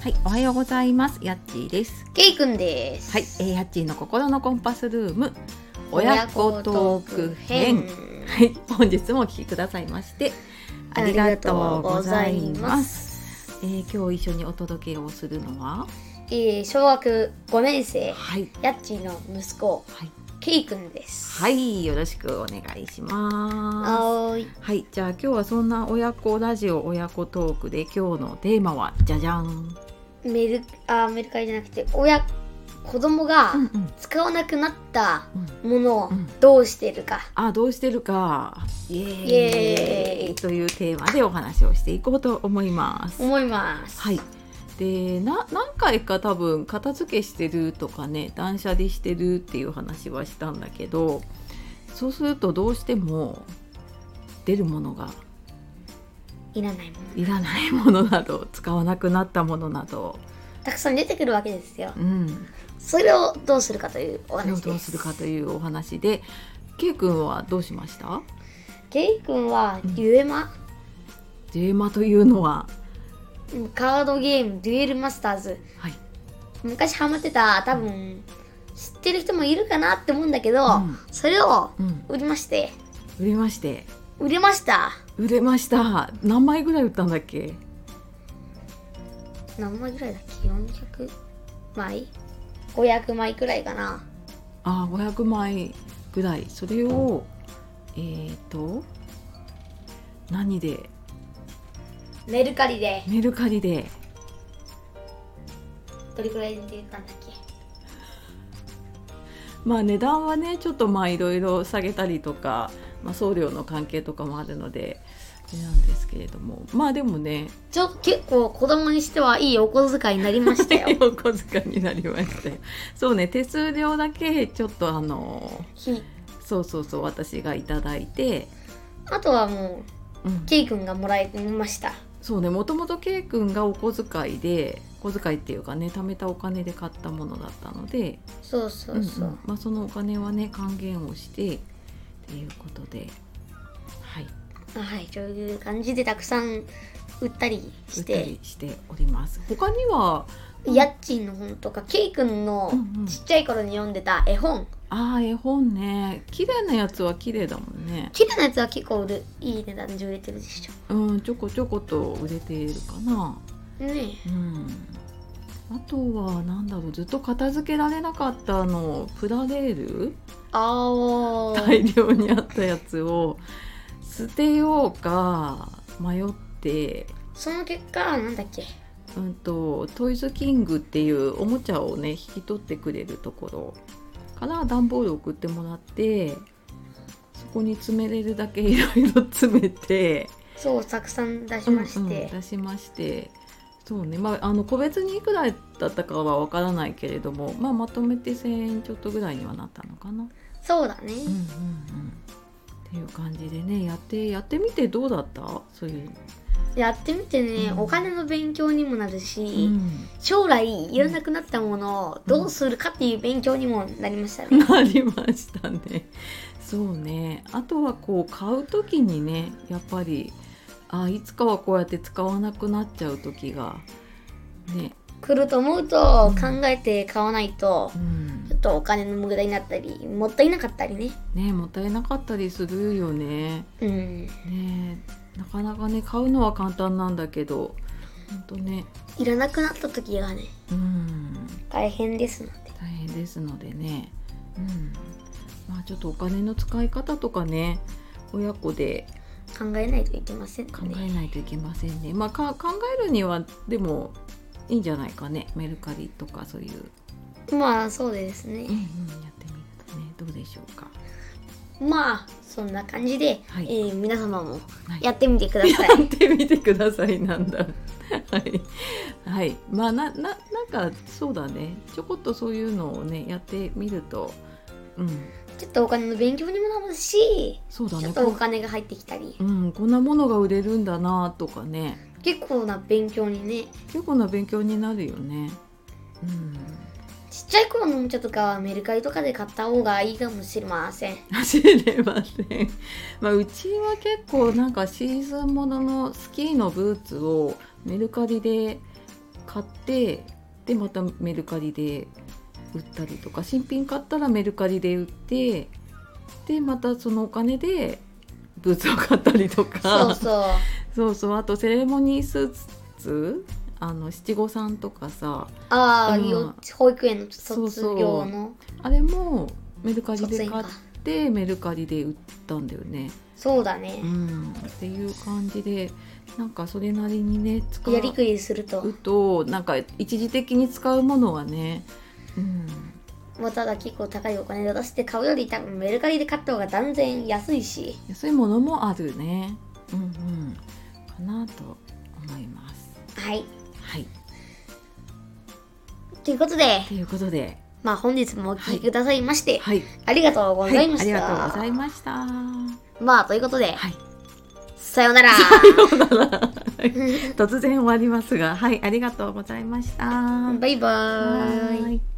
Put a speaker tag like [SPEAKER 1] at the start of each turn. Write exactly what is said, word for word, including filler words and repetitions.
[SPEAKER 1] はい、おはようございます。やっちーです。
[SPEAKER 2] けいくんです。
[SPEAKER 1] はい、えー、やっちーの心のコンパスルーム親子トーク編。はい、本日もお聞きくださいましてありがとうございます。えー、今日一緒にお届けをするのは、
[SPEAKER 2] えー、小学ごねん生、
[SPEAKER 1] はい、
[SPEAKER 2] やっちーの息子、はい、けいくんです。
[SPEAKER 1] はい、よろしくお願いします。
[SPEAKER 2] はい。
[SPEAKER 1] はい、じゃあ今日はそんな親子ラジオ親子トークで今日のテーマはじゃじゃん。
[SPEAKER 2] メルあメルカリじゃなくて親子供が使わなくなったものをどうしてるか、
[SPEAKER 1] うんうん、あどうしてるかイエーイ、
[SPEAKER 2] イエーイ
[SPEAKER 1] というテーマでお話をしていこうと思います
[SPEAKER 2] 思います
[SPEAKER 1] はい。でな何回か多分片付けしてるとかね断捨離してるっていう話はしたんだけど、そうするとどうしても出るものが
[SPEAKER 2] いらないもの
[SPEAKER 1] いらないものなど使わなくなったものなど
[SPEAKER 2] たくさん出てくるわけですよ、
[SPEAKER 1] うん、
[SPEAKER 2] それをどうするかというお話です。
[SPEAKER 1] どうするかというお話で、けいくんはどうしました？
[SPEAKER 2] けいくんはデュエマ、
[SPEAKER 1] デュエマというのは
[SPEAKER 2] カードゲームデュエルマスターズ、
[SPEAKER 1] はい、
[SPEAKER 2] 昔ハマってた、多分知ってる人もいるかなって思うんだけど、うん、それを売りまして、
[SPEAKER 1] うん、売りまして
[SPEAKER 2] 売れました
[SPEAKER 1] 売れました。何枚ぐらい売ったんだっけ？
[SPEAKER 2] 何枚ぐらいだっけ？よんひゃくまいごひゃくまいくらいかな。
[SPEAKER 1] あ、ごひゃくまいぐらい。それをえーと何で？
[SPEAKER 2] メルカリで
[SPEAKER 1] メルカリで
[SPEAKER 2] どれくらいで売ったんだっけ？
[SPEAKER 1] まあ値段はねちょっとまあいろいろ下げたりとか、まあ、送料の関係とかもあるのでなんですけれども、まあでもね
[SPEAKER 2] ちょ結構子供にしてはいいお小遣いになりましたよ。
[SPEAKER 1] いいお小遣いになりましたよ。そうね、手数料だけちょっとあのそうそうそう私がいただいて、
[SPEAKER 2] あとはもう、うん、ケイ君がもらいました。
[SPEAKER 1] そうね、もともとケイ君がお小遣いで小遣いっていうかね貯めたお金で買ったものだったので、
[SPEAKER 2] そうそうそう、うんうん、
[SPEAKER 1] まあ、そのお金はね還元をしてっていうことで、はい
[SPEAKER 2] はい、という感じでたくさん売ったりして
[SPEAKER 1] 売ったりしております。他には
[SPEAKER 2] やっちーの本とかケイ君のちっちゃい頃に読んでた絵本、うんうん、
[SPEAKER 1] ああ絵本ね、綺麗なやつは綺麗だもんね。
[SPEAKER 2] 綺麗なやつは結構売るいい値段で売れてるでしょ。
[SPEAKER 1] うんちょこちょこと売れているかな
[SPEAKER 2] ねえ、
[SPEAKER 1] うん、あとはなんだろう、ずっと片付けられなかったのプラレール、
[SPEAKER 2] あ
[SPEAKER 1] 大量にあったやつを捨てようか迷って、
[SPEAKER 2] その結果なんだっけ、
[SPEAKER 1] うんとトイズキングっていうおもちゃをね引き取ってくれるところから段ボールを送ってもらって、そこに詰めれるだけいろいろ詰めて、
[SPEAKER 2] そうたくさん出しまして、うんうん、
[SPEAKER 1] 出しまして、そうね、まあ、あの個別にいくらだったかはわからないけれども、まあ、まとめてせんえんちょっとぐらいにはなったのかな。
[SPEAKER 2] そうだね、うんうんうん、
[SPEAKER 1] っていう感じでねやってやってみてどうだった？そういう
[SPEAKER 2] やってみてね、うん、お金の勉強にもなるし、うん、将来いらなくなったものをどうするかっていう勉強にもなりましたね、
[SPEAKER 1] うん、なりましたね。そうね、あとはこう買う時にねやっぱりあいつかはこうやって使わなくなっちゃう時がね
[SPEAKER 2] 来ると思うと考えて買わないと、うん、ちょっとお金の無駄になったりもったいなかったりね
[SPEAKER 1] ねもったいなかったりするよね、
[SPEAKER 2] うん、
[SPEAKER 1] ねなかなかね買うのは簡単なんだけど本当ね
[SPEAKER 2] いらなくなった時がね、うん、大変ですので
[SPEAKER 1] 大変ですのでね、うんまあ、ちょっとお金の使い方とかね親子で
[SPEAKER 2] 考えないといけませんね。
[SPEAKER 1] 考えないといけませんね。まあか考えるにはでもいいんじゃないかね、メルカリとかそういう
[SPEAKER 2] まあそうですね、うんうん、
[SPEAKER 1] やってみるとねどうでしょうか。
[SPEAKER 2] まあそんな感じで、はいえー、皆様もやってみてください、
[SPEAKER 1] はい、やってみてくださいなんだはい、はい、まあな、な、なんかそうだねちょこっとそういうのをねやってみると、うん、
[SPEAKER 2] ちょっとお金の勉強にもなるし、
[SPEAKER 1] そうだね、
[SPEAKER 2] ちょっとお金が入ってきたり、
[SPEAKER 1] うん、こんなものが売れるんだなとかね
[SPEAKER 2] 結構な勉強にね
[SPEAKER 1] 結構な勉強になるよね、うん、
[SPEAKER 2] ちっちゃい頃のおもちゃとかはメルカリとかで買った方がいいかもしれません
[SPEAKER 1] 知れませんまあうちは結構なんかシーズンもののスキーのブーツをメルカリで買ってでまたメルカリで売ったりとか、新品買ったらメルカリで売ってでまたそのお金でブーツを買ったりとか
[SPEAKER 2] そうそう
[SPEAKER 1] そうそう、あとセレモニースーツ、あの七五三とかさ、
[SPEAKER 2] ああ、
[SPEAKER 1] うん
[SPEAKER 2] よ保育園の
[SPEAKER 1] そう
[SPEAKER 2] 卒業の
[SPEAKER 1] あれもメルカリで
[SPEAKER 2] 卒園か
[SPEAKER 1] 買ってメルカリで売ったんだよね。
[SPEAKER 2] そうだね、
[SPEAKER 1] うん、っていう感じで、なんかそれなりにね使う
[SPEAKER 2] やりくりすると
[SPEAKER 1] となんか一時的に使うものはね、うん、
[SPEAKER 2] まあ、ただ結構高いお金を出して買うより多分メルカリで買った方が断然安いし、
[SPEAKER 1] 安いものもあるね、うんうん、かなと思います。
[SPEAKER 2] はい、
[SPEAKER 1] はい、
[SPEAKER 2] ということで
[SPEAKER 1] ということで、
[SPEAKER 2] まあ本日もお聞きくださいまして、
[SPEAKER 1] はい、
[SPEAKER 2] ありがとうございました、
[SPEAKER 1] はい、ありがとうございました。
[SPEAKER 2] まあということで、
[SPEAKER 1] はい、
[SPEAKER 2] さようなら
[SPEAKER 1] 突然終わりますが、はい、ありがとうございました。
[SPEAKER 2] バイバーイ。
[SPEAKER 1] はい。